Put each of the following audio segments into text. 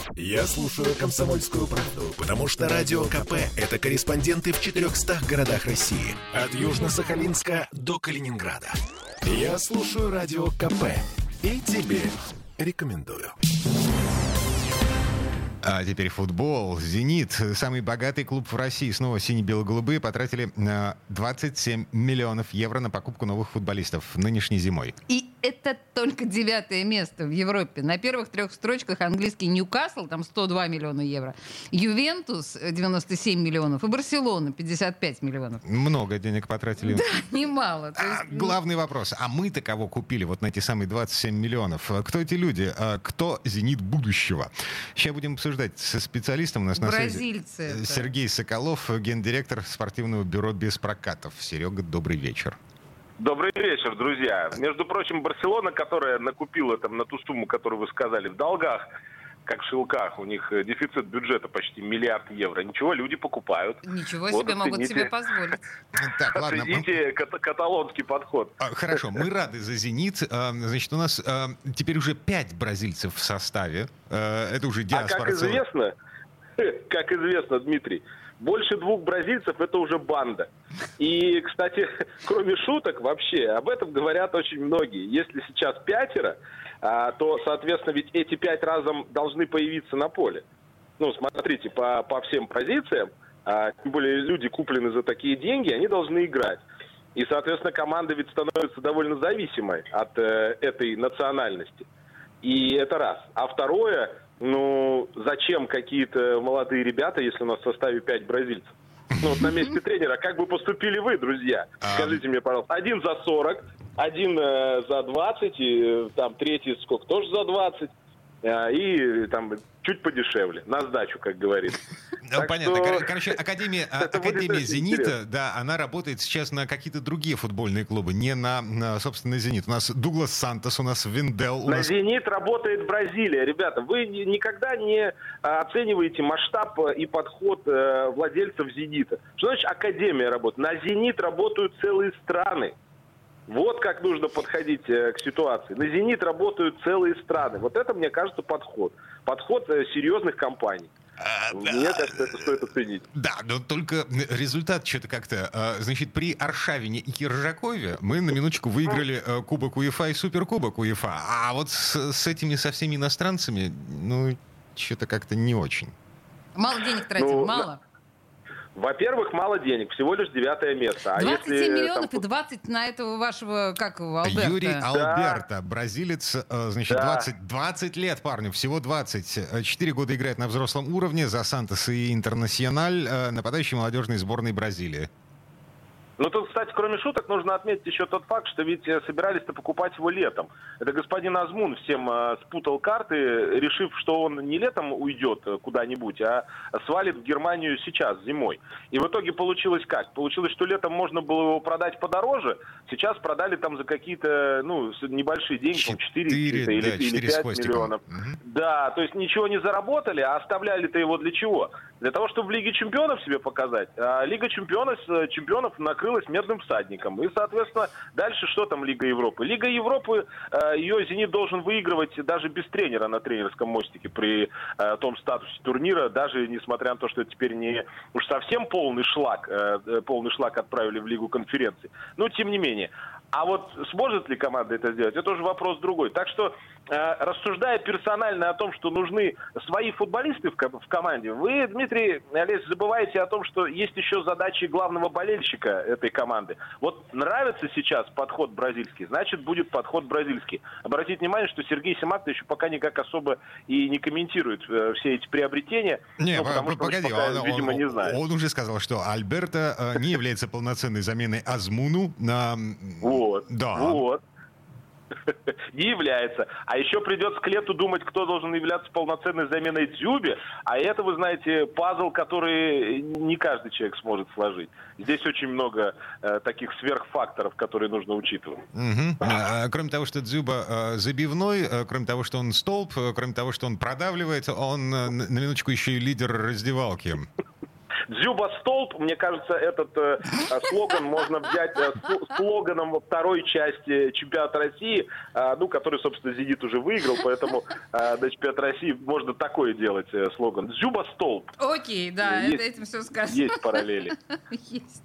Я слушаю «Комсомольскую правду», потому что Радио КП — это корреспонденты в 400 городах России. От Южно-Сахалинска до Калининграда. Я слушаю Радио КП и тебе рекомендую. А теперь футбол. «Зенит», самый богатый клуб в России, снова сине-бело-голубые, потратили 27 миллионов евро на покупку новых футболистов нынешней зимой. И это только 9 место в Европе. На первых 3 строчках английский «Ньюкасл», там 102 миллиона евро, «Ювентус» 97 миллионов и «Барселона» 55 миллионов. Много денег потратили. Да, немало. Главный вопрос. А мы-то кого купили вот на эти самые 27 миллионов? Кто эти люди? Кто «Зенит» будущего? Сейчас будем обсуждать со специалистом. У нас на связи Бразильцы. Сергей Соколов, гендиректор спортивного бюро «Без прокатов». Серега, добрый вечер. Добрый вечер, друзья. Между прочим, Барселона, которая накупила там на ту сумму, которую вы сказали, в долгах, как в шелках, у них дефицит бюджета почти 1 миллиард евро. Ничего, люди покупают. Ничего вот себе, могут себе позволить. Так, ладно. Оцените каталонский подход. Хорошо, мы рады за «Зенит». Значит, у нас теперь уже 5 бразильцев в составе. Это уже диаспора. Как известно, Дмитрий, больше 2 бразильцев — это уже банда. И, кстати, кроме шуток вообще, об этом говорят очень многие. Если сейчас 5, то, соответственно, ведь эти 5 разом должны появиться на поле. Ну, смотрите, по всем позициям, тем более люди куплены за такие деньги, они должны играть. И, соответственно, команда ведь становится довольно зависимой от этой национальности. И это раз. А второе, зачем какие-то молодые ребята, если у нас в составе 5 бразильцев? Вот на месте тренера, как бы поступили вы, друзья? Скажите мне, пожалуйста. Один за 40, один за 20, и там третий сколько, тоже за 20, и там чуть подешевле, на сдачу, как говорится. Понятно. Короче, Академия «Зенита», да, она работает сейчас на какие-то другие футбольные клубы, не на собственно, «Зенит». У нас Дуглас Сантос, у нас Виндел. На «Зенит» работает Бразилия. Ребята, вы никогда не оцениваете масштаб и подход владельцев «Зенита». Что значит Академия работает? На «Зенит» работают целые страны. Вот как нужно подходить к ситуации. На «Зенит» работают целые страны. Вот это, мне кажется, подход. Подход серьезных компаний. Мне кажется, это стоит оценить. Да, но только результат что-то как-то... Значит, при Аршавине и Киржакове мы на минуточку выиграли Кубок УЕФА и Суперкубок УЕФА. А вот со всеми иностранцами, что-то как-то не очень. Мало денег тратим, мало? Во-первых, мало денег, всего лишь 9 место. 27 миллионов и 20 на этого вашего, как его, Альберто? Юрий Альберто, бразилец, значит, 20 лет парню, всего 20. 4 года играет на взрослом уровне за «Сантос» и «Интернациональ», нападающий молодежной сборной Бразилии. Тут, кстати, кроме шуток, нужно отметить еще тот факт, что ведь собирались-то покупать его летом. Это господин Азмун всем спутал карты, решив, что он не летом уйдет куда-нибудь, а свалит в Германию сейчас, зимой. И в итоге получилось как? Получилось, что летом можно было его продать подороже, сейчас продали там за какие-то, небольшие деньги, 4 или 5 миллионов. Да, то есть ничего не заработали, а оставляли-то его для чего? Для того, чтобы в Лиге чемпионов себе показать. А Лига чемпионов накрылась медным всадником. И, соответственно, дальше что там Лига Европы? Лига Европы, ее «Зенит» должен выигрывать даже без тренера на тренерском мостике при том статусе турнира, даже несмотря на то, что это теперь не уж совсем полный шлак отправили в Лигу конференций. Но, тем не менее. А вот сможет ли команда это сделать, это уже вопрос другой. Так что, рассуждая персонально о том, что нужны свои футболисты в команде, вы, Дмитрий Олегович, забываете о том, что есть еще задачи главного болельщика этой команды. Вот нравится сейчас подход бразильский, значит, будет подход бразильский. Обратите внимание, что Сергей Семак еще пока никак особо и не комментирует все эти приобретения. Погоди, он, видимо, не знает. Он уже сказал, что Альберто не является полноценной заменой Азмуну. Вот. Да. Не является. А еще придется к лету думать, кто должен являться полноценной заменой Дзюбе. А это, вы знаете, пазл, который не каждый человек сможет сложить. Здесь очень много таких сверхфакторов, которые нужно учитывать. Кроме того, что Дзюба забивной, кроме того, что он столб, кроме того, что он продавливает, он на минуточку еще и лидер раздевалки. Дзюба столб, мне кажется, этот слоган можно взять слоганом во второй части чемпионата России, который, собственно, «Зенит» уже выиграл, поэтому на чемпионат России можно такое делать слоган. Дзюба столб. Окей, да, этим все сказано. Есть параллели. Есть.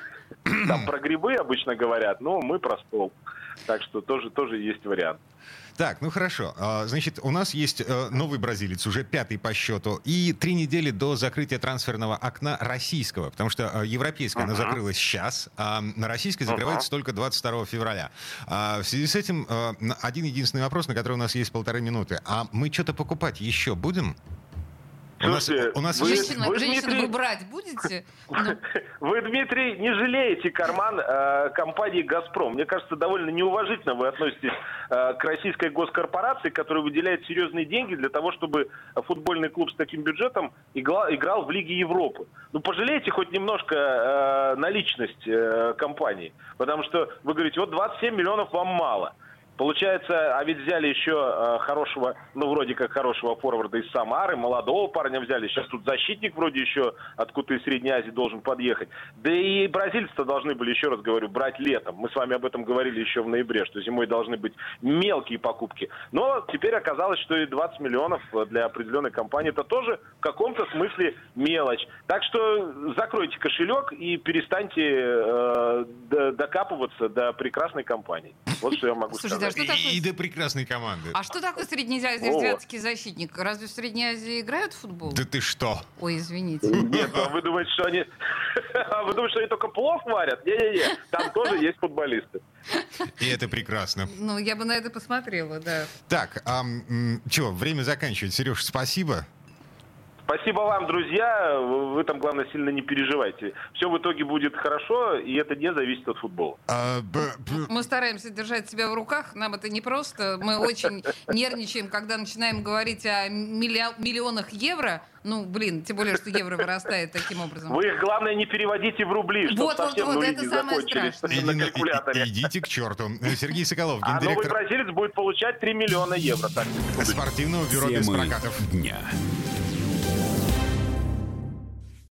Там про грибы обычно говорят, но мы про столб. Так что тоже есть вариант. Так, ну хорошо. Значит, у нас есть новый бразилец, уже 5-й по счету, и 3 недели до закрытия трансферного окна российского, потому что европейское оно закрылось сейчас, а на российское закрывается только 22 февраля. В связи с этим один единственный вопрос, на который у нас есть 1,5 минуты. А мы что-то покупать еще будем? Слушайте, у нас Женщин Дмитрий, вы брать будете? вы, Дмитрий, не жалеете карман компании «Газпром». Мне кажется, довольно неуважительно вы относитесь к российской госкорпорации, которая выделяет серьезные деньги для того, чтобы футбольный клуб с таким бюджетом играл в Лиге Европы. Ну, пожалейте хоть немножко наличность компании. Потому что вы говорите, вот 27 миллионов вам мало. Получается, а ведь взяли еще хорошего, вроде как хорошего форварда из Самары, молодого парня взяли. Сейчас тут защитник вроде еще откуда-то из Средней Азии должен подъехать. Да и бразильцы-то должны были, еще раз говорю, брать летом. Мы с вами об этом говорили еще в ноябре, что зимой должны быть мелкие покупки. Но теперь оказалось, что и 20 миллионов для определенной компании это тоже в каком-то смысле мелочь. Так что закройте кошелек и перестаньте докапываться до прекрасной компании. Вот что я могу сказать. Что такое... И до прекрасной команды. А что такое среднеазиатский защитник? Разве в Средней Азии играют в футбол? Да ты что? Ой, извините. Нет, а вы думаете, что они только плов варят? Не-не-не, там тоже есть футболисты. И это прекрасно. Ну, я бы на это посмотрела, да. Так, время заканчивать. Сереж, спасибо. Спасибо вам, друзья. Вы там, главное, сильно не переживайте. Все в итоге будет хорошо, и это не зависит от футбола. Мы стараемся держать себя в руках. Нам это непросто. Мы очень нервничаем, когда начинаем говорить о миллионах евро. Тем более, что евро вырастает таким образом. Вы их, главное, не переводите в рубли, чтобы совсем нули не закончились на калькуляторе. Идите к черту. Сергей Соколов, А новый гендиректор бразилец будет получать 3 миллиона евро. Так, спортивного бюро без прокатов. Дня.